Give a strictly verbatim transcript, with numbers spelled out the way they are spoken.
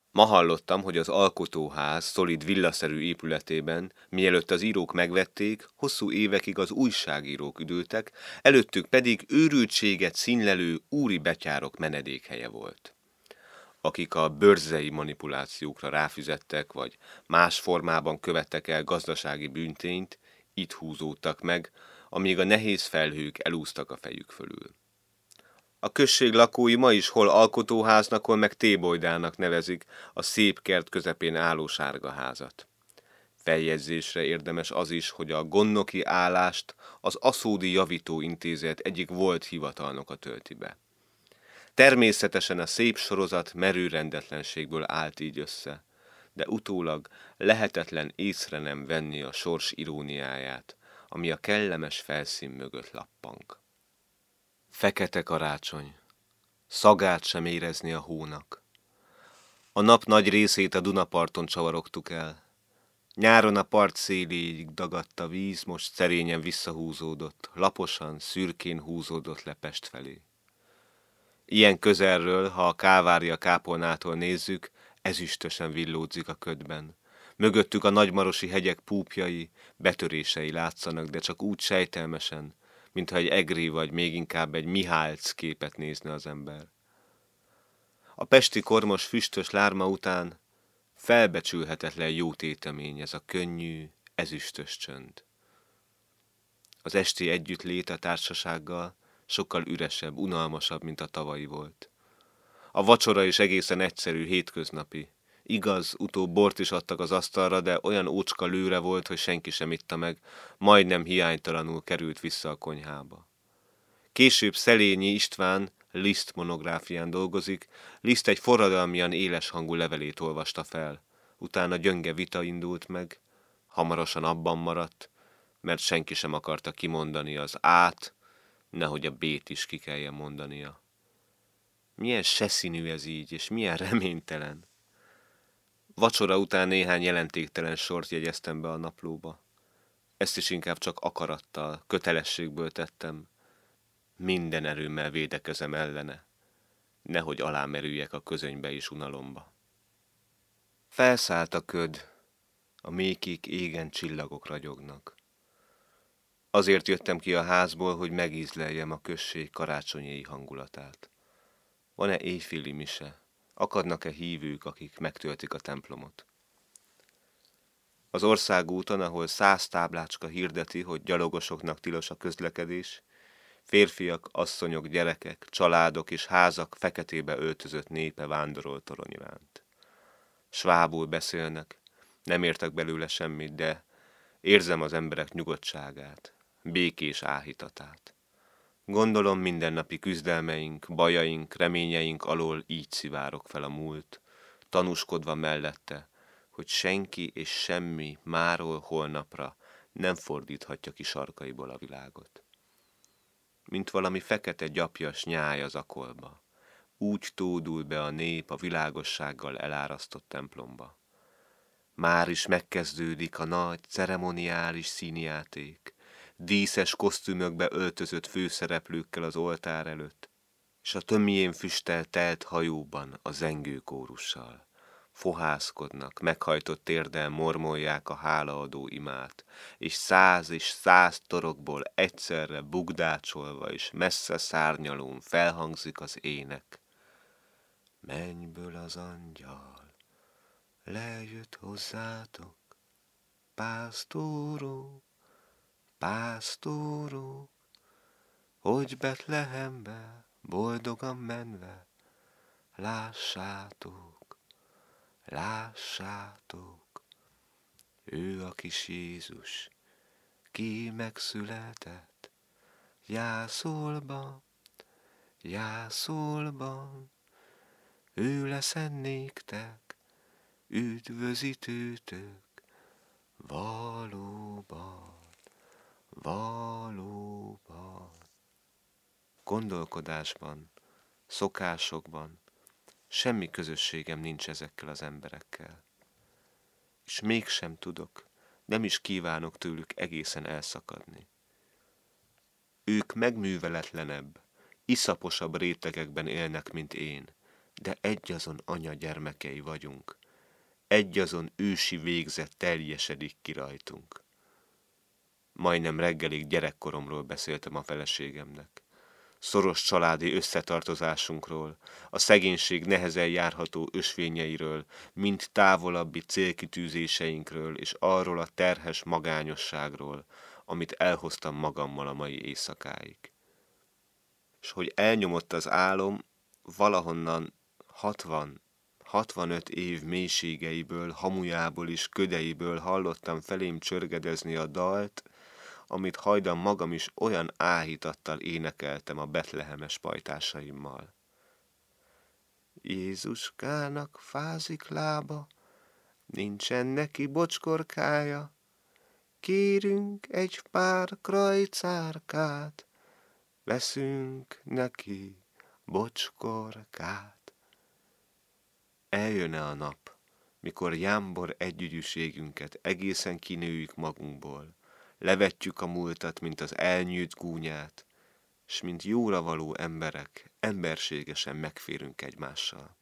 Ma hallottam, hogy az alkotóház szolid villaszerű épületében, mielőtt az írók megvették, hosszú évekig az újságírók üdültek, előttük pedig őrültséget színlelő úri betyárok menedékhelye volt. Akik a bőrzei manipulációkra ráfizettek, vagy más formában követtek el gazdasági bűntényt, itt húzódtak meg, amíg a nehéz felhők elúsztak a fejük fölül. A község lakói ma is hol alkotóháznak, hol meg tébolydának nevezik a szép kert közepén álló sárga házat. Feljegyzésre érdemes az is, hogy a gondnoki állást az Aszódi Javító Intézet egyik volt hivatalnoka tölti be. Természetesen a szép sorozat merő rendetlenségből állt így össze, de utólag lehetetlen észre nem venni a sors iróniáját, ami a kellemes felszín mögött lappang. Fekete karácsony, szagát sem érezni a hónak. A nap nagy részét a Dunaparton csavarogtuk el. Nyáron a part széléig dagadt a víz, most szerényen visszahúzódott, laposan, szürkén húzódott le Pest felé. Ilyen közelről, ha a Kálvária kápolnától nézzük, ezüstösen villódzik a ködben. Mögöttük a nagymarosi hegyek púpjai, betörései látszanak, de csak úgy sejtelmesen, mintha egy egri vagy még inkább egy Mihálc képet nézne az ember. A pesti kormos füstös lárma után felbecsülhetetlen jó tétemény ez a könnyű, ezüstös csönd. Az esti együttlét a társasággal sokkal üresebb, unalmasabb, mint a tavalyi volt. A vacsora is egészen egyszerű, hétköznapi. Igaz, utóbb bort is adtak az asztalra, de olyan ócska lőre volt, hogy senki sem itta meg, majdnem hiánytalanul került vissza a konyhába. Később Szelényi István Liszt monográfián dolgozik, Liszt egy forradalmian éles hangú levelét olvasta fel. Utána gyönge vita indult meg, hamarosan abban maradt, mert senki sem akarta kimondani az át, nehogy a bét is ki kelljen mondania. Milyen seszínű ez így, és milyen reménytelen. Vacsora után néhány jelentéktelen sort jegyeztem be a naplóba. Ezt is inkább csak akarattal, kötelességből tettem. Minden erőmmel védekezem ellene, nehogy alámerüljek a közönybe és unalomba. Felszállt a köd, a mélykék égen csillagok ragyognak. Azért jöttem ki a házból, hogy megízleljem a község karácsonyi hangulatát. Van-e éjféli mise? Akadnak-e hívők, akik megtöltik a templomot? Az országúton, ahol száz táblácska hirdeti, hogy gyalogosoknak tilos a közlekedés, férfiak, asszonyok, gyerekek, családok és házak feketébe öltözött népe vándorol torony iránt. Svábul beszélnek, nem értek belőle semmit, de érzem az emberek nyugodtságát, békés áhítatát. Gondolom mindennapi küzdelmeink, bajaink, reményeink alól így szivárog fel a múlt, tanúskodva mellette, hogy senki és semmi máról holnapra nem fordíthatja ki sarkaiból a világot. Mint valami fekete gyapjas nyáj az akolba, úgy tódul be a nép a világossággal elárasztott templomba. Már is megkezdődik a nagy, ceremoniális színjáték, díszes kosztümökbe öltözött főszereplőkkel az oltár előtt, és a tömjén füsttel telt hajóban a zengőkórussal. Fohászkodnak, meghajtott térdel mormolják a hálaadó imát, és száz és száz torokból egyszerre bugdácsolva és messze szárnyalón felhangzik az ének. Mennyből az angyal lejött hozzátok, pásztórok, pásztórok, hogy Betlehembe boldogan menve, lássátok, lássátok, ő a kis Jézus, ki megszületett, jászolban, jászolban, ő lesz néktek, üdvözítőtök, valóban, valóban. Gondolkodásban, szokásokban semmi közösségem nincs ezekkel az emberekkel. És mégsem tudok, nem is kívánok tőlük egészen elszakadni. Ők megműveletlenebb, iszaposabb rétegekben élnek, mint én, de egyazon anya gyermekei vagyunk. Egyazon ősi végzet teljesedik ki rajtunk. Majdnem reggelig gyerekkoromról beszéltem a feleségemnek. Szoros családi összetartozásunkról, a szegénység nehezen járható ösvényeiről, mind távolabbi célkitűzéseinkről, és arról a terhes magányosságról, amit elhoztam magammal a mai éjszakáig. És hogy elnyomott az álom, valahonnan hatvan, hatvanöt év mélységeiből, hamujából és ködeiből hallottam felém csörgedezni a dalt, amit hajdan magam is olyan áhítattal énekeltem a betlehemes pajtásaimmal. Jézuskának fázik lába, nincsen neki bocskorkája, kérünk egy pár krajcárkát, veszünk neki bocskorkát. Eljön-e a nap, mikor jámbor együgyűségünket egészen kinőjük magunkból, levetjük a múltat, mint az elnyűjt gúnyát, s mint jóra való emberek emberségesen megférünk egymással.